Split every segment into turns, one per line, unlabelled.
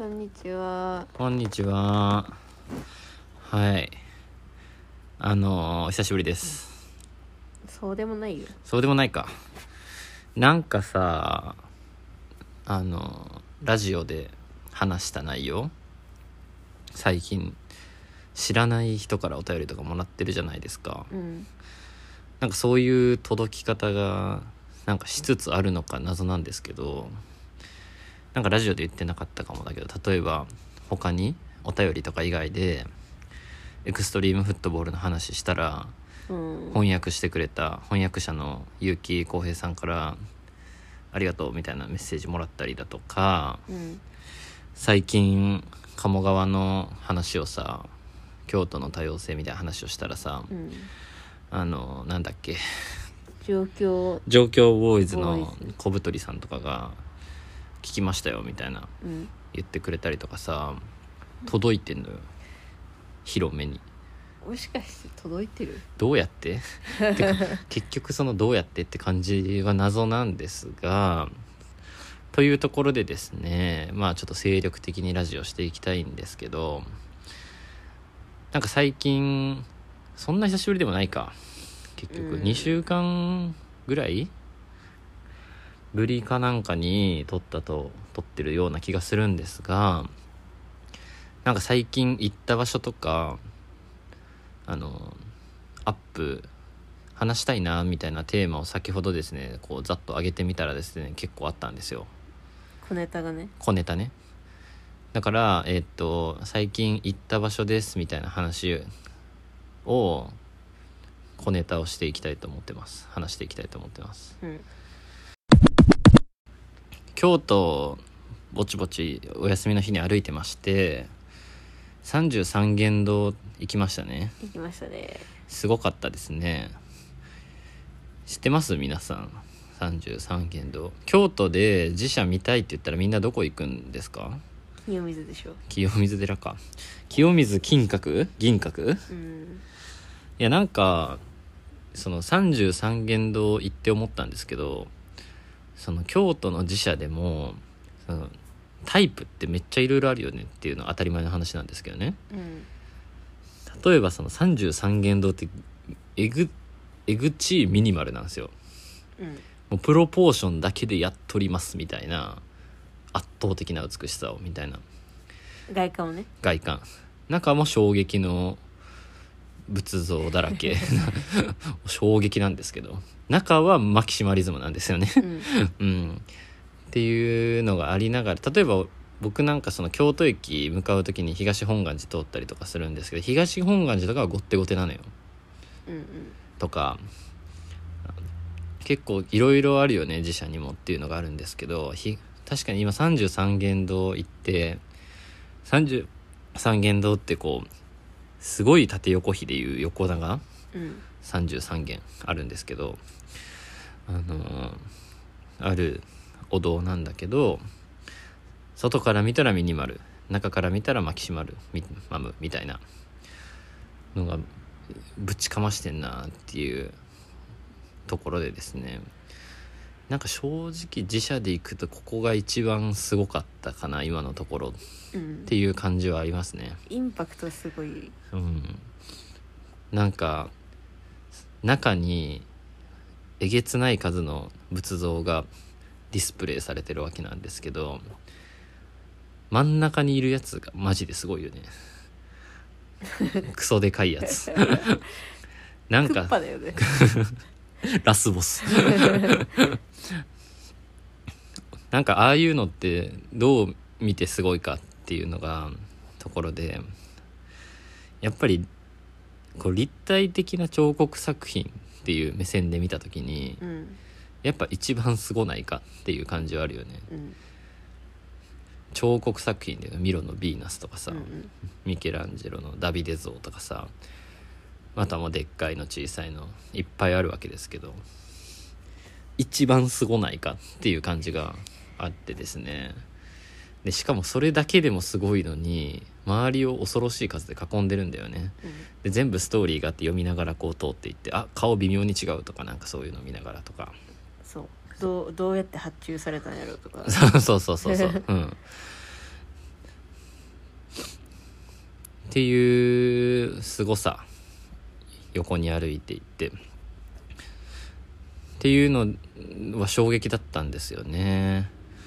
こんにちは。
こんにちは。はい。久しぶりです。
そうでもないよ。
そうでもないか。なんかさ、ラジオで話した内容、最近知らない人からお便りとかもらってるじゃないですか。なんかそういう届き方がなんかしつつあるのか謎なんですけど、なんかラジオで言ってなかったかもだけど、例えば他にお便りとか以外でエクストリームフットボールの話したら、翻訳してくれた翻訳者の結城浩平さんからありがとうみたいなメッセージもらったりだとか、最近鴨川の話をさ、京都の多様性みたいな話をしたらさ、なんだっけ、
状況
ボーイズの小太りさんとかが聞きましたよみたいな言ってくれたりとかさ、届いてんのよ、広めに。
もしかして届いてる？
どうやっててか結局そのどうやってって感じは謎なんですが、というところでですね、まあちょっと精力的にラジオしていきたいんですけど、なんか最近そんな久しぶりでもないか、結局2週間ぐらいぶりかなんかに撮ってるような気がするんですが、なんか最近行った場所とかアップ話したいなみたいなテーマを先ほどですね、こうざっと上げてみたらですね、結構あったんですよ、
小ネタがね。
小ネタね。だから最近行った場所ですみたいな話を小ネタをしていきたいと思ってます。話していきたいと思ってます。京都ぼちぼちお休みの日に歩いてまして、33間堂行きましたね。
行きましたね。
すごかったですね。知ってます皆さん、33間堂。京都で寺社見たいって言ったらみんなどこ行くんですか？
清水でしょ。
清水寺か。清水銀閣いや、なんかその33間堂行って思ったんですけど、その京都の寺社でもそのタイプってめっちゃいろいろあるよねっていうのは当たり前の話なんですけどね。例えばその33間堂ってえぐちミニマルなんですよ。もうプロポーションだけでやっとりますみたいな、圧倒的な美しさをみたいな。
外観をね。
外観、中も衝撃の仏像だらけ衝撃なんですけど、中はマキシマリズムなんですよねっていうのがありながら、例えば僕なんかその京都駅向かう時に東本願寺通ったりとかするんですけど、東本願寺とかはゴッテゴテなのよ、とか結構いろいろあるよね寺社にもっていうのがあるんですけど、確かに今33間堂行って、33間堂ってこうすごい縦横比でいう横長33間あるんですけど、あるお堂なんだけど、外から見たらミニマル、中から見たらマキシマルマムみたいなのがぶちかましてんなっていうところでですね、なんか正直自社で行くとここが一番すごかったかな今のところっていう感じはありますね。
インパクトすごい。
なんか中にえげつない数の仏像がディスプレイされてるわけなんですけど、真ん中にいるやつがマジですごいよねクソでかいやつなんか
クッパだよね
ラスボスなんかああいうのってどう見てすごいかっていうのがところで、やっぱりこう立体的な彫刻作品っていう目線で見た時に、やっぱ一番すごないかっていう感じはあるよね。彫刻作品でミロのヴィーナスとかさ、ミケランジェロのダビデ像とかさ、またもでっかいの小さいのいっぱいあるわけですけど、一番すごないかっていう感じがあってですね。でしかもそれだけでもすごいのに周りを恐ろしい数で囲んでるんだよね、で全部ストーリーがあって読みながらこう通っていって、あ、顔微妙に違うとか、なんかそういうの見ながらとか、
そうどうやって発注されたんやろうとか
そうっていう凄さ、横に歩いていってっていうのは衝撃だったんですよね。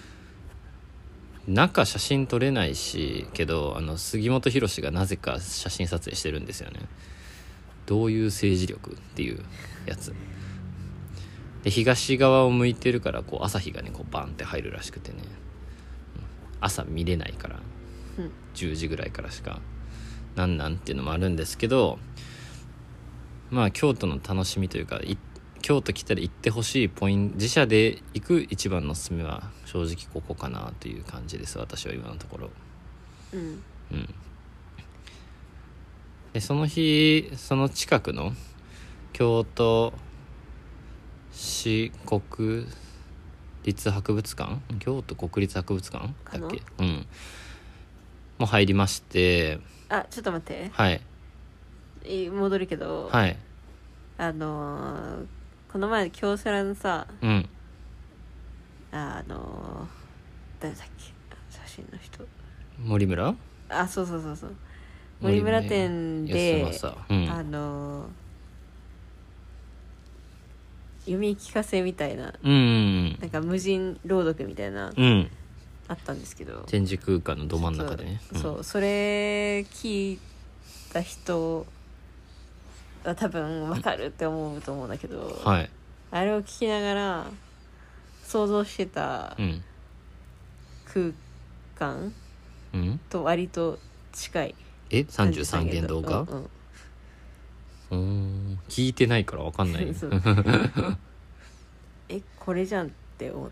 中写真撮れないしけど、杉本博司がなぜか写真撮影してるんですよね。どういう政治力っていうやつで、東側を向いてるからこう朝日がねこうバンって入るらしくてね、朝見れないから、10時ぐらいからしかなんっていうのもあるんですけど、まあ京都の楽しみというか、京都来たら行ってほしいポイント、自社で行く一番のおすすめは正直ここかなという感じです、私は今のところ。でその日、その近くの京都市国立博物館、京都国立博物館だっけ、もう入りまして。
あ、ちょっと待って、
はい
戻るけど、
はい、
この前京セラのさ、誰だっけ、写真の人、
森村、
そう森村店で
読
み聞かせみたいな、なんか無人朗読みたいな、あったんですけど、
展示空間のど真ん中でね、
それ聞いた人は多分分かるって思うと思うんだけど、
はい、
あれを聞きながら想像してた空間と割と近い。
33元動画、聞いてないから分かんない
これじゃんって思った。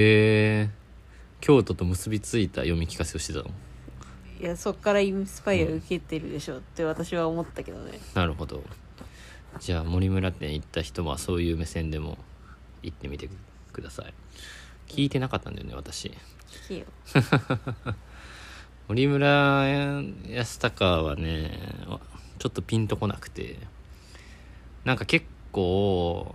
京都と結びついた読み聞かせをしてたの？
いや、そっからインスパイア受けてるでしょって私は思ったけどね。
なるほど。じゃあ森村店行った人はそういう目線でも行ってみてください。聞いてなかったんだよね、私。
聞きよ
森村康隆はね、ちょっとピンとこなくて、なんか結構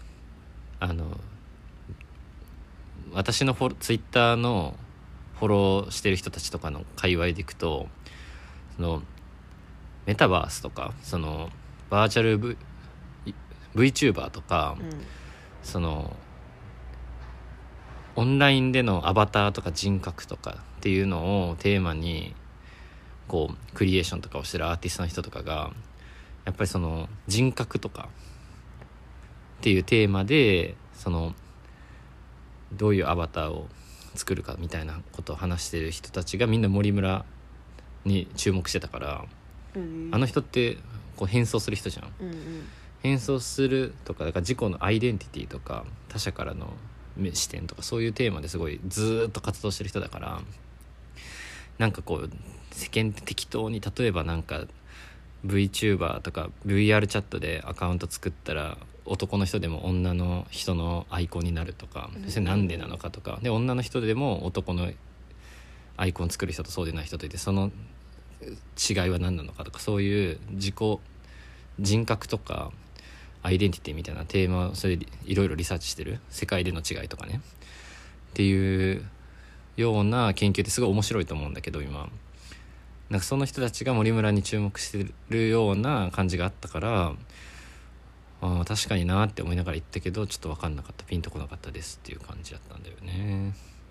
私のツイッターのフォローしてる人たちとかの界隈でいくと、そのメタバースとか、そのバーチャル、VTuber とか、そのオンラインでのアバターとか人格とかっていうのをテーマにこうクリエーションとかをしてるアーティストの人とかが、やっぱりその人格とかっていうテーマで、そのどういうアバターを作るかみたいなことを話してる人たちがみんな森村に注目してたから、あの人ってこう変装する人じゃん、変装するとか、だから自己のアイデンティティとか他者からの視点とか、そういうテーマですごいずっと活動してる人だから、なんかこう世間って適当に、例えばなんか VTuber とか VR チャットでアカウント作ったら男の人でも女の人のアイコンになるとか、それなんでなのかとかで、女の人でも男のアイコン作る人とそうでない人といて、その違いは何なのかとか、そういう人格とかアイデンティティみたいなテーマをそれいろいろリサーチしてる、世界での違いとかねっていうような研究ってすごい面白いと思うんだけど、今なんかその人たちが森村に注目してるような感じがあったから、確かになって思いながら言ったけど、ちょっと分かんなかった、ピンとこなかったですっていう感じだったんだよね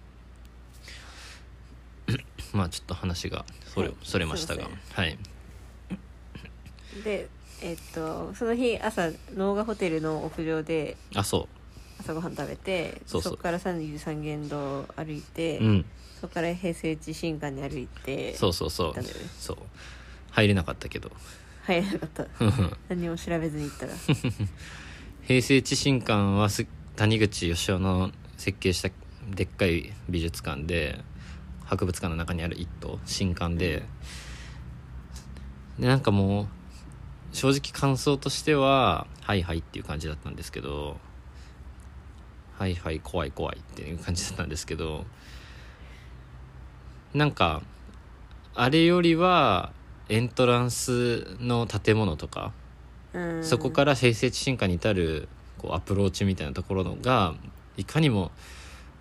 まあちょっと話がそれましたが、はい。
でその日朝能賀ホテルの屋上で朝ごはん食べて、そこから33元堂歩いて、そこから平成地新館に歩いて、そう
入れなかったけど
入れなかった何も調べずに行ったら
平成地新館は谷口義雄の設計したでっかい美術館で、博物館の中にある一棟新館で、なんかもう正直感想としてははいはいっていう感じだったんですけど、はいはい怖い怖いっていう感じだったんですけど、なんかあれよりはエントランスの建物とか、そこから平成地新館に至るこうアプローチみたいなところのがいかにも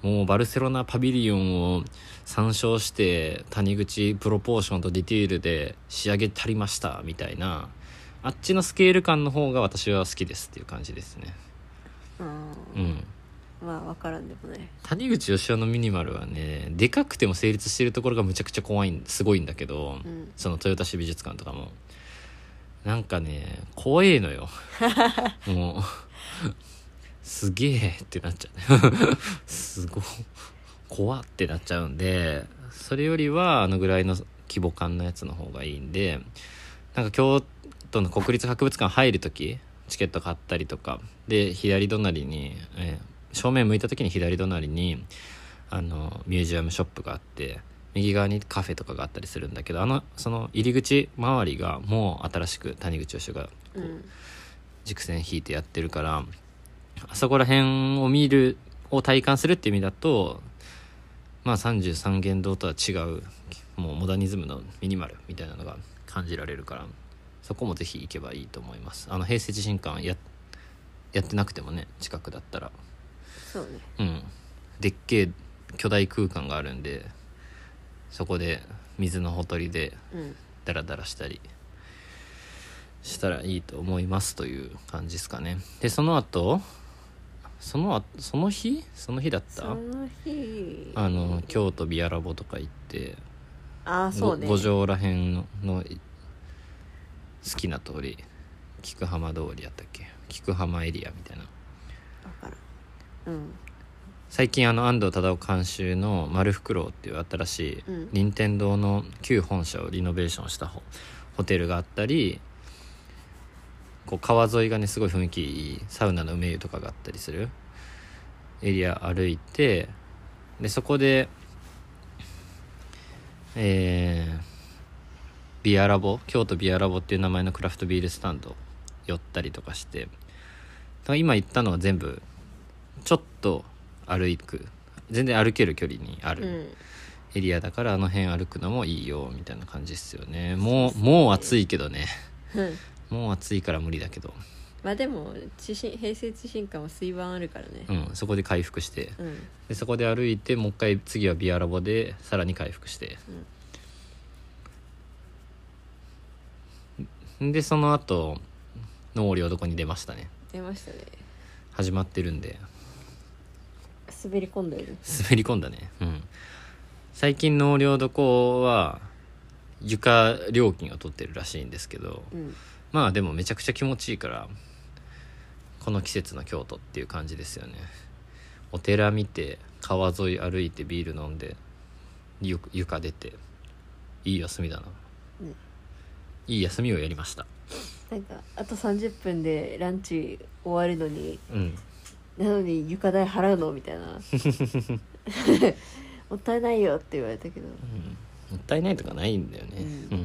もうバルセロナパビリオンを参照して谷口プロポーションとディティールで仕上げ足りましたみたいな、あっちのスケール感の方が私は好きですっていう感じですね。うん、
まあ分からんでもない。
谷口義雄のミニマルはね、でかくても成立してるところがむちゃくちゃすごいんだけど、その豊田市美術館とかもなんかね怖えのよもうすげえってなっちゃうすごい怖ってなっちゃうんで、それよりはあのぐらいの規模感のやつの方がいいんで、なんか京都の国立博物館入るときチケット買ったりとかで、左隣に、正面向いた時に左隣にミュージアムショップがあって、右側にカフェとかがあったりするんだけど、その入り口周りがもう新しく谷口義雄が軸線引いてやってるから、あそこら辺を体感するっていう意味だと、まあ33間堂とは違うもうモダニズムのミニマルみたいなのが感じられるから、そこもぜひ行けばいいと思います。平成地震館やってなくてもね、近くだったら
そう
ね、でっけえ巨大空間があるんで、そこで水のほとりでダラダラしたりしたらいいと思いますという感じですかね。でその後その日だった。
その日
京都ビアラボとか行って、
そうね、
五条らへんの好きな通り、菊浜通りやったっけ、菊浜エリアみたいな。
分からん。
最近安藤忠雄監修の丸フクロウっていう新しい任天堂の旧本社をリノベーションしたホテルがあったり、こう川沿いがねすごい雰囲気いいサウナの梅湯とかがあったりするエリア歩いて、でそこでビアラボ、京都ビアラボっていう名前のクラフトビールスタンド寄ったりとかして、今言ったのは全部ちょっと全然歩ける距離にあるエリアだから、あの辺歩くのもいいよみたいな感じですよね。もう暑いけどねもう暑いから無理だけど、
まあでも平成地震館は水盤あるからね、
そこで回復して、でそこで歩いてもう一回次はビアラボでさらに回復して、でその後納涼床に出ましたね。
出ましたね。
始まってるんで
滑り込んだよね。
滑り込んだね。最近納涼床は床料金を取ってるらしいんですけど、まあでもめちゃくちゃ気持ちいいから、この季節の京都っていう感じですよね。お寺見て川沿い歩いてビール飲んで床出て、いい休みだな、いい休みをやりました。
なんかあと30分でランチ終わるのに、なのに床代払うのみたいなもったいないよって言われたけど、
もったいないとかないんだよね。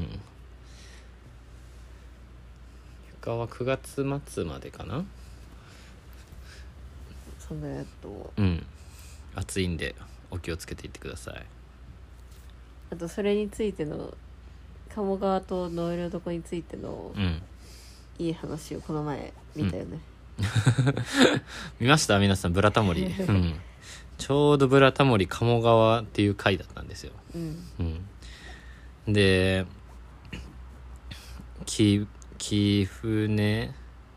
床は9月末までかな。
そんなやっと
暑いんでお気をつけていってください。
あとそれについての鴨川と納涼床についてのいい話をこの前見たよね、
見ました皆さん。ブラタモリ、ちょうどブラタモリ鴨川っていう回だったんですよ。で貴船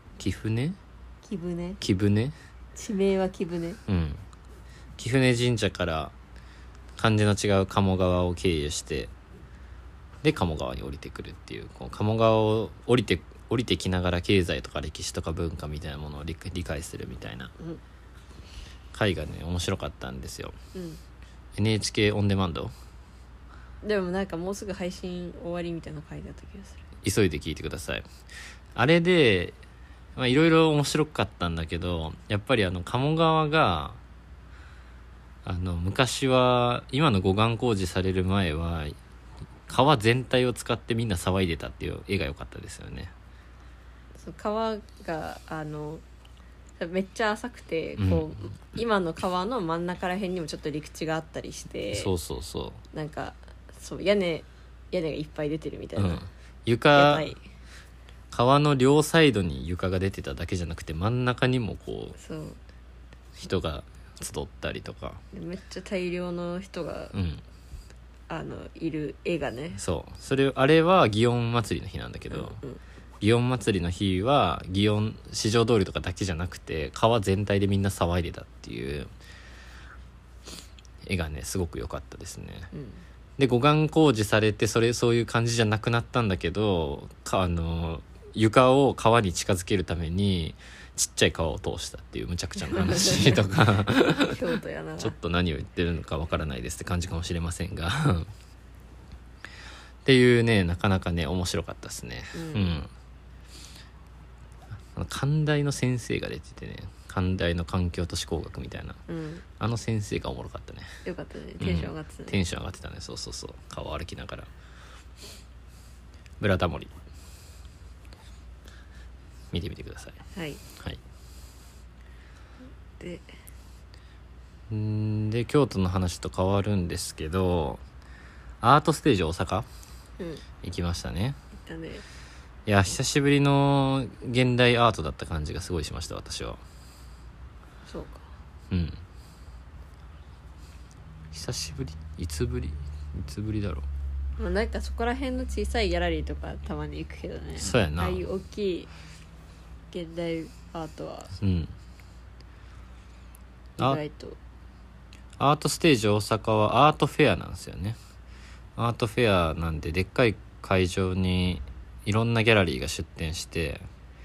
地名は貴船。貴船神社から漢字の違う鴨川を経由して、で鴨川に降りてくるっていう、こう鴨川を降りてきながら経済とか歴史とか文化みたいなものを理解するみたいな回がね面白かったんですよ、NHK オンデマンド
でもなんかもうすぐ配信終わりみたいな回だった気がする。
急いで聞いてください。あれでいろいろ面白かったんだけど、やっぱり鴨川が昔は、今の護岸工事される前は川全体を使ってみんな騒いでたっていう絵が良かったですよね。
そう川がめっちゃ浅くて、こう今の川の真ん中ら辺にもちょっと陸地があったりして、なんかそう屋根がいっぱい出てるみたいな、
川の両サイドに床が出てただけじゃなくて、真ん中にもこう人が集ったりとか、
めっちゃ大量の人が、いる絵がね。
そうあれは祇園祭りの日なんだけど、祇園祭りの日は祇園四条通りとかだけじゃなくて川全体でみんな騒いでたっていう絵がねすごく良かったですね、で護岸工事されてそういう感じじゃなくなったんだけど床を川に近づけるためにちっちゃい川を通したっていうむちゃくちゃな話とか
京都やな。
ちょっと何を言ってるのかわからないですって感じかもしれませんがっていうね、なかなかね面白かったですね。関大の先生が出ててね、関大の環境都市工学みたいな、あの先生がおもろかったね。
よかったね、テンション上がってたね。
テンション上がってたね。そう川歩きながらブラタモリ見てみてください。
はい
で京都の話と変わるんですけど、アートステージ大阪、行きましたね。
行ったね。
いや久しぶりの現代アートだった感じがすごいしました、私は。
そうか。
久しぶり、いつぶりだろ
う。なんかそこら辺の小さいギャラリーとかたまに行くけどね。
そうやな。
ああいう大きい現代アートは意外と。
アートステージ大阪はアートフェアなんですよね。アートフェアなんででっかい会場にいろんなギャラリーが出展して、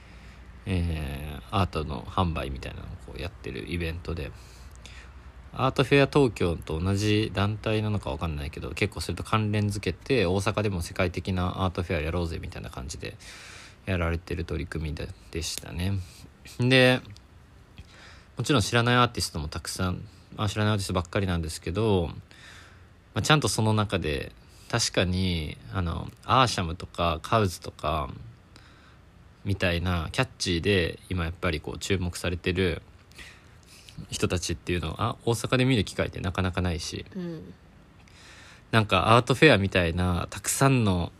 アートの販売みたいなのをこうやってるイベントで、アートフェア東京と同じ団体なのか分かんないけど、結構それと関連づけて大阪でも世界的なアートフェアやろうぜみたいな感じでやられてる取り組みでしたね。でもちろん知らないアーティストもたくさん、知らないアーティストばっかりなんですけど、ちゃんとその中で確かにアーシャムとかカウズとかみたいなキャッチーで今やっぱりこう注目されてる人たちっていうのは大阪で見る機会ってなかなかないし、なんかアートフェアみたいなたくさんの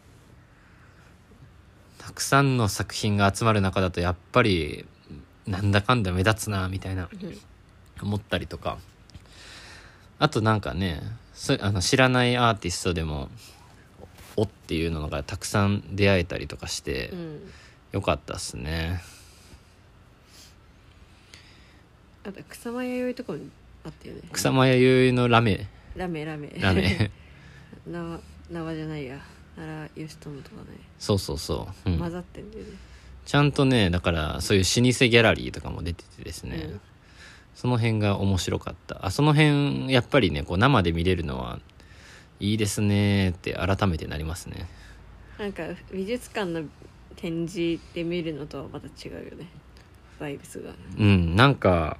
作品が集まる中だとやっぱりなんだかんだ目立つなみたいな思ったりとか、あとなんかね、知らないアーティストでもおっていうのがたくさん出会えたりとかして、よかったっすね。
あと草間彌生とかもあったよね。
草間彌生のラメ
縄じゃないや、奈良義朝とかね。
そう、
混ざってんだよね。
ちゃんとね、だからそういう老舗ギャラリーとかも出ててですね、その辺が面白かった。その辺やっぱりねこう生で見れるのはいいですねって改めてなりますね。
なんか美術館の展示で見るのとはまた違うよね、バイブスが。
なんか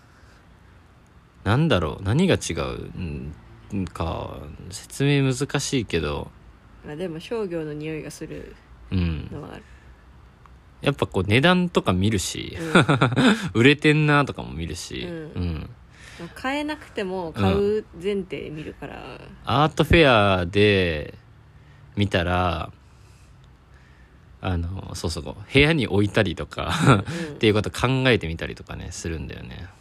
なんだろう、何が違うんか説明難しいけど、
でも商業の匂いがするのはある。
やっぱこう値段とか見るし、売れてんなとかも見るし、
買えなくても買う前提で見るから、
アートフェアで見たら部屋に置いたりとかっていうこと考えてみたりとかねするんだよね。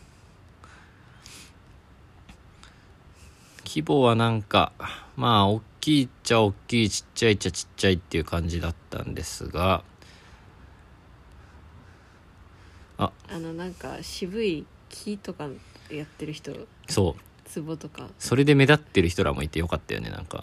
規模はなんか大きいっちゃ大きい、ちっちゃいっちゃちっちゃいっていう感じだったんですが、
なんか渋い木とかやってる人、壺とか
それで目立ってる人らもいてよかったよね。なんか、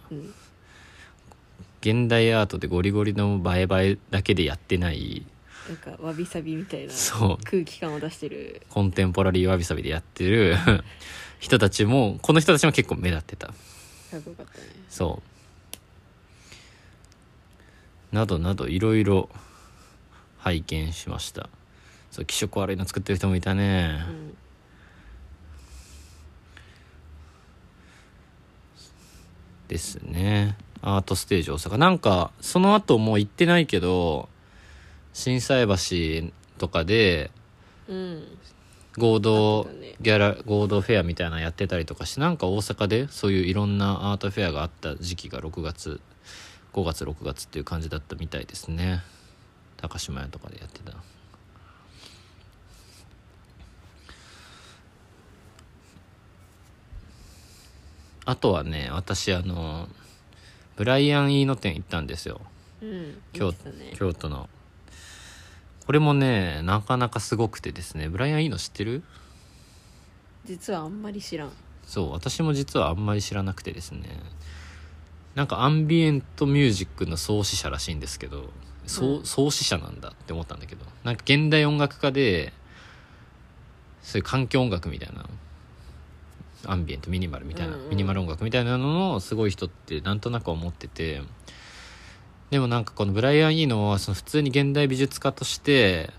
現代アートでゴリゴリの映えだけでやってない、
なんかわびさびみたいな空気感を出してる
コンテンポラリーわびさびでやってる人たちも、この人たちも結構目立ってた。か
っこよかったね。
などなどいろいろ拝見しました。気色悪いの作ってる人もいたね。ですね。アートステージ大阪、なんかその後もう行ってないけど心斎橋とかで合同フェアみたいなのやってたりとかして、なんか大阪でそういういろんなアートフェアがあった時期が5月6月っていう感じだったみたいですね。高島屋とかでやってた。 あとはね、私ブライアン・イーノ店行ったんですよ、京都の。これもねなかなかすごくてですね。ブライアン・イーノ知ってる？
実はあんまり知らん。
そう、私も実はあんまり知らなくてですね、なんかアンビエントミュージックの創始者らしいんですけど、創始者なんだって思ったんだけど、なんか現代音楽家で、そういう環境音楽みたいな、アンビエントミニマルみたいな、ミニマル音楽みたいなののすごい人ってなんとなく思ってて、でもなんかこのブライアン・イーノはその普通に現代美術家として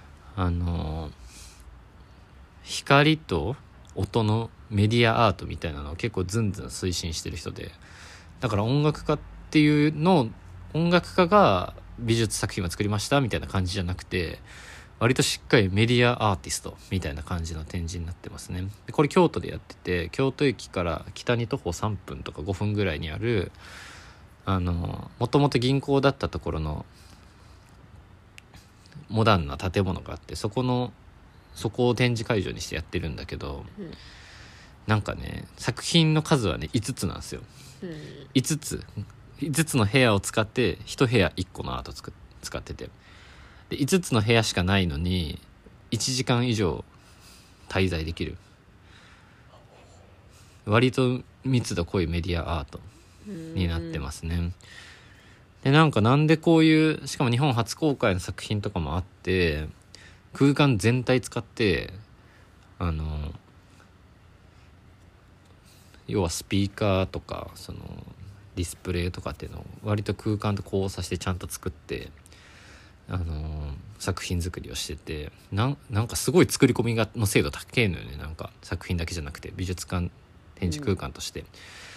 光と音のメディアアートみたいなのを結構ずんずん推進してる人で、だから音楽家っていうのを、音楽家が美術作品を作りましたみたいな感じじゃなくて、割としっかりメディアアーティストみたいな感じの展示になってますね。でこれ京都でやってて、京都駅から北に徒歩3分とか5分ぐらいにあるもともと銀行だったところのモダンな建物があって、そこを展示会場にしてやってるんだけど、なんかね作品の数はね5つなんですよ、5つの部屋を使って1部屋1個のアート使ってて、で5つの部屋しかないのに1時間以上滞在できる、割と密度濃いメディアアートになってますね。でなんでこういう、しかも日本初公開の作品とかもあって、空間全体使って要はスピーカーとかそのディスプレイとかっていうのを割と空間と交差してちゃんと作って作品作りをしてて、なんかすごい作り込みの精度高いのよね。なんか作品だけじゃなくて美術館展示空間として、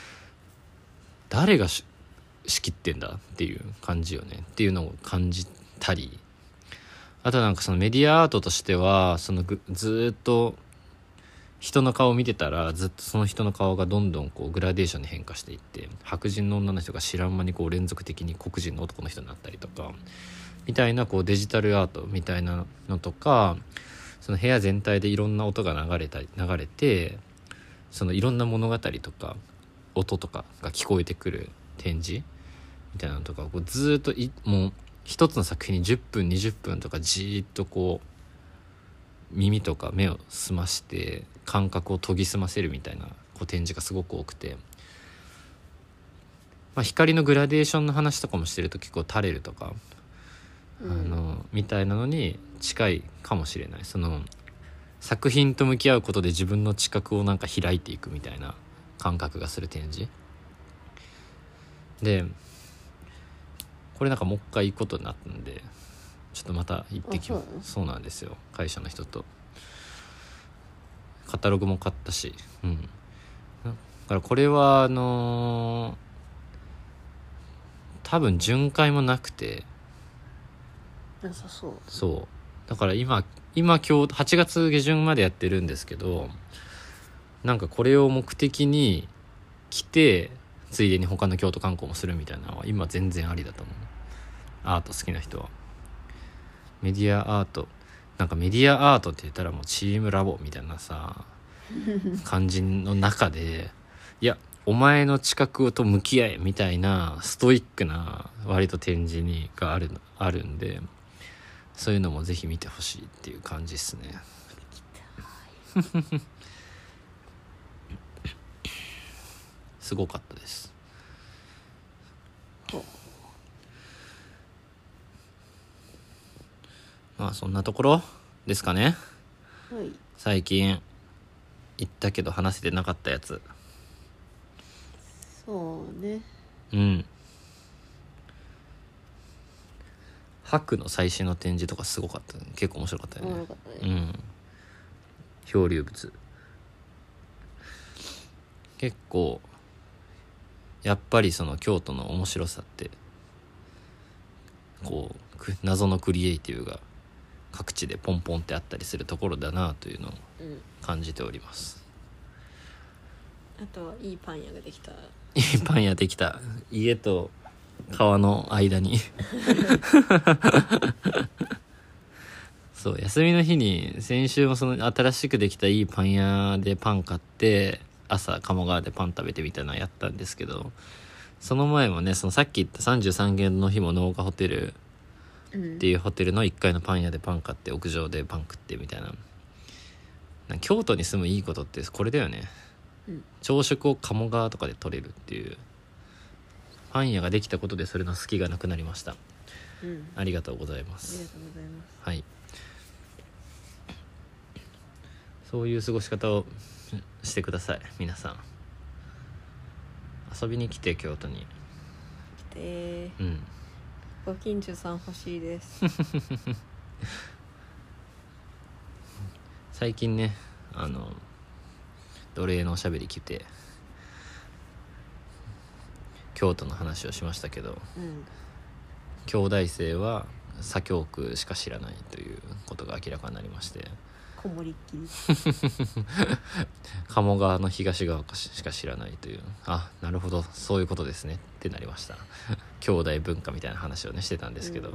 誰が仕切ってんだっていう感じよねっていうのを感じたり、あとなんかそのメディアアートとしてはずっと人の顔を見てたら、ずっとその人の顔がどんどんこうグラデーションに変化していって、白人の女の人が知らん間にこう連続的に黒人の男の人になったりとかみたいな、こうデジタルアートみたいなのとか、その部屋全体でいろんな音が流れて、そのいろんな物語とか音とかが聞こえてくる展示みたいなのとかこうずっともう一つの作品に10分20分とかじーっとこう耳とか目を澄まして感覚を研ぎ澄ませるみたいなこう展示がすごく多くて、光のグラデーションの話とかもしてると結構タレルとか、みたいなのに近いかもしれない。その作品と向き合うことで自分の知覚をなんか開いていくみたいな感覚がする展示で、これなんかもう一回行くことになったんでちょっとまた行ってきます。そうなんですよ、会社の人とカタログも買ったし、だからこれは多分巡回もなくて、
なさそう。
そうだから今日8月下旬までやってるんですけど、なんかこれを目的に来てついでに他の京都観光もするみたいなのは今全然ありだと思う。アート好きな人は。メディアアート、なんかメディアアートって言ったらもうチームラボみたいなさ感じの中で、いやお前の知覚と向き合えみたいなストイックな割と展示があるんで、そういうのもぜひ見てほしいっていう感じですね。すごかったです。まあそんなところですかね。
はい、
最近言ったけど話せてなかったやつ。
そうね。
白の最新の展示とかすごかった、ね、結構面白かったよね。
面白かったね。
漂流物結構やっぱりその京都の面白さってこう謎のクリエイティブが各地でポンポンってあったりするところだなというのを感じております、
あとはいいパン屋ができた。
いいパン屋できた。家と川の間にそう、休みの日に先週もその新しくできたいいパン屋でパン買って朝鴨川でパン食べてみたいなのやったんですけど、その前もね、そのさっき言った33軒の日も農家ホテルっていうホテルの1階のパン屋でパン買って屋上でパン食ってみたいな。京都に住むいいことってこれだよね、朝食を鴨川とかで取れるっていう。パン屋ができたことでそれの隙がなくなりました、ありがとうございます。
ありがとうございます。
はい、そういう過ごし方をしてください皆さん。遊びに来て京都に
来て、ご近所さん欲しいです
最近ね奴隷のおしゃべり来て京都の話をしましたけど、兄弟生は左京区しか知らないということが明らかになりまして、
こもりっきり
鴨川の東側しか知らないという、あ、なるほどそういうことですねってなりました兄弟文化みたいな話をねしてたんですけど、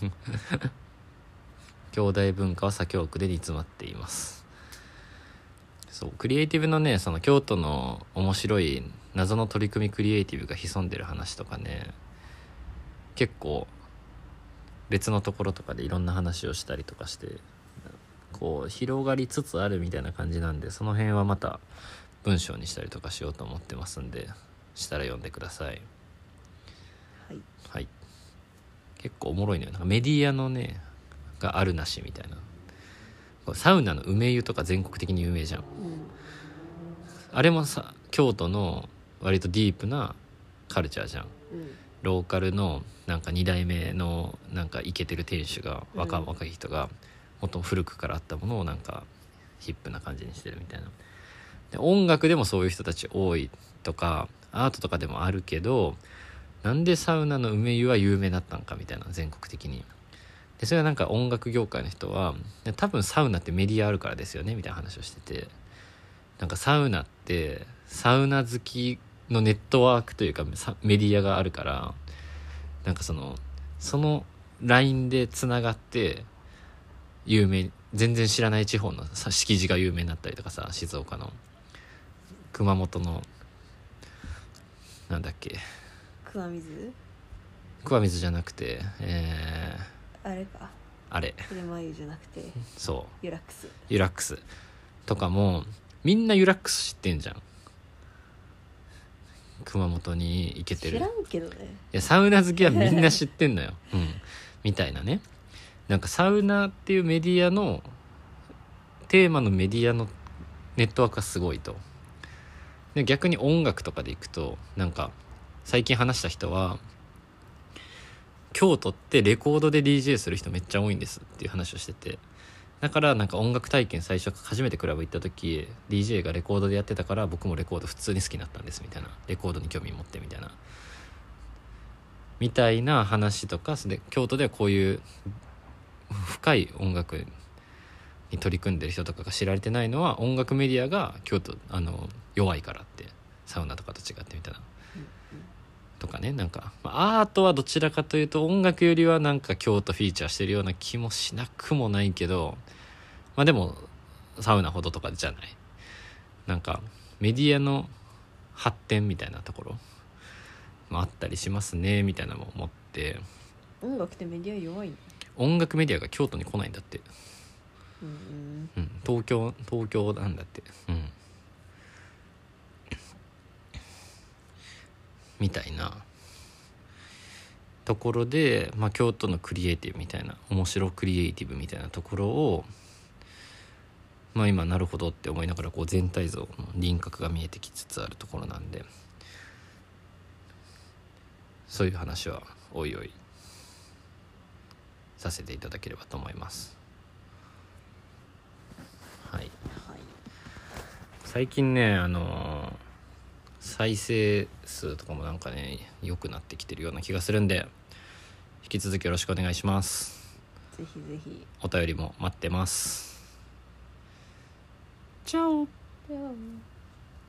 兄弟文化は左京区で煮詰まっています。そう、クリエイティブのね、その京都の面白い謎の取り組みクリエイティブが潜んでる話とかね、結構別のところとかでいろんな話をしたりとかして、こう広がりつつあるみたいな感じなんで、その辺はまた文章にしたりとかしようと思ってますんで、したら読んでください。
はい、
はい、結構おもろいのよ。なんかメディアのねがあるなしみたいな。サウナの梅湯とか全国的に有名じゃん、あれもさ京都の割とディープなカルチャーじゃん、ローカルのなんか2代目のなんかイケてる店主が若い人がもっと古くからあったものをなんかヒップな感じにしてるみたいな。で音楽でもそういう人たち多いとかアートとかでもあるけど、なんでサウナの梅湯は有名だったのかみたいな、全国的に。でそれはなんか音楽業界の人は多分サウナってメディアあるからですよねみたいな話をしてて、なんかサウナってサウナ好きのネットワークというかメディアがあるから、なんかそのラインでつながって有名、全然知らない地方の敷地が有名になったりとかさ、静岡の熊本のなんだっけ、桑水じゃなくて
あれか、
あれ
車湯じゃなくて、
そう
ユラックス
とかもみんなユラックス知ってんじゃん。熊本に行けてる、
知らんけどね。
いやサウナ好きはみんな知ってんのよ、みたいなね。なんかサウナっていうメディアのテーマのメディアのネットワークがすごいと。で逆に音楽とかでいくと、なんか最近話した人は京都ってレコードで DJ する人めっちゃ多いんですっていう話をしてて、だからなんか音楽体験最初初めてクラブ行った時 DJ がレコードでやってたから僕もレコード普通に好きになったんですみたいな、レコードに興味持ってみたいな話とかで、京都ではこういう深い音楽に取り組んでる人とかが知られてないのは音楽メディアが京都弱いからって、サウナとかと違ってみたいな、とかね。なんかアートはどちらかというと音楽よりはなんか京都フィーチャーしてるような気もしなくもないけど、でもサウナほどとかじゃない、なんかメディアの発展みたいなところもあったりしますねみたいなのも思って。
音楽ってメディア弱いの？
音楽メディアが京都に来ないんだって、東京なんだって、みたいなところで、京都のクリエイティブみたいな、面白クリエイティブみたいなところを、今なるほどって思いながらこう全体像の輪郭が見えてきつつあるところなんで、そういう話はおいおいさせていただければと思います。はい、最近ね再生数とかもなんかね良くなってきてるような気がするんで、引き続きよろしくお願いします。
ぜひぜひ
お便りも待ってます。チャオ。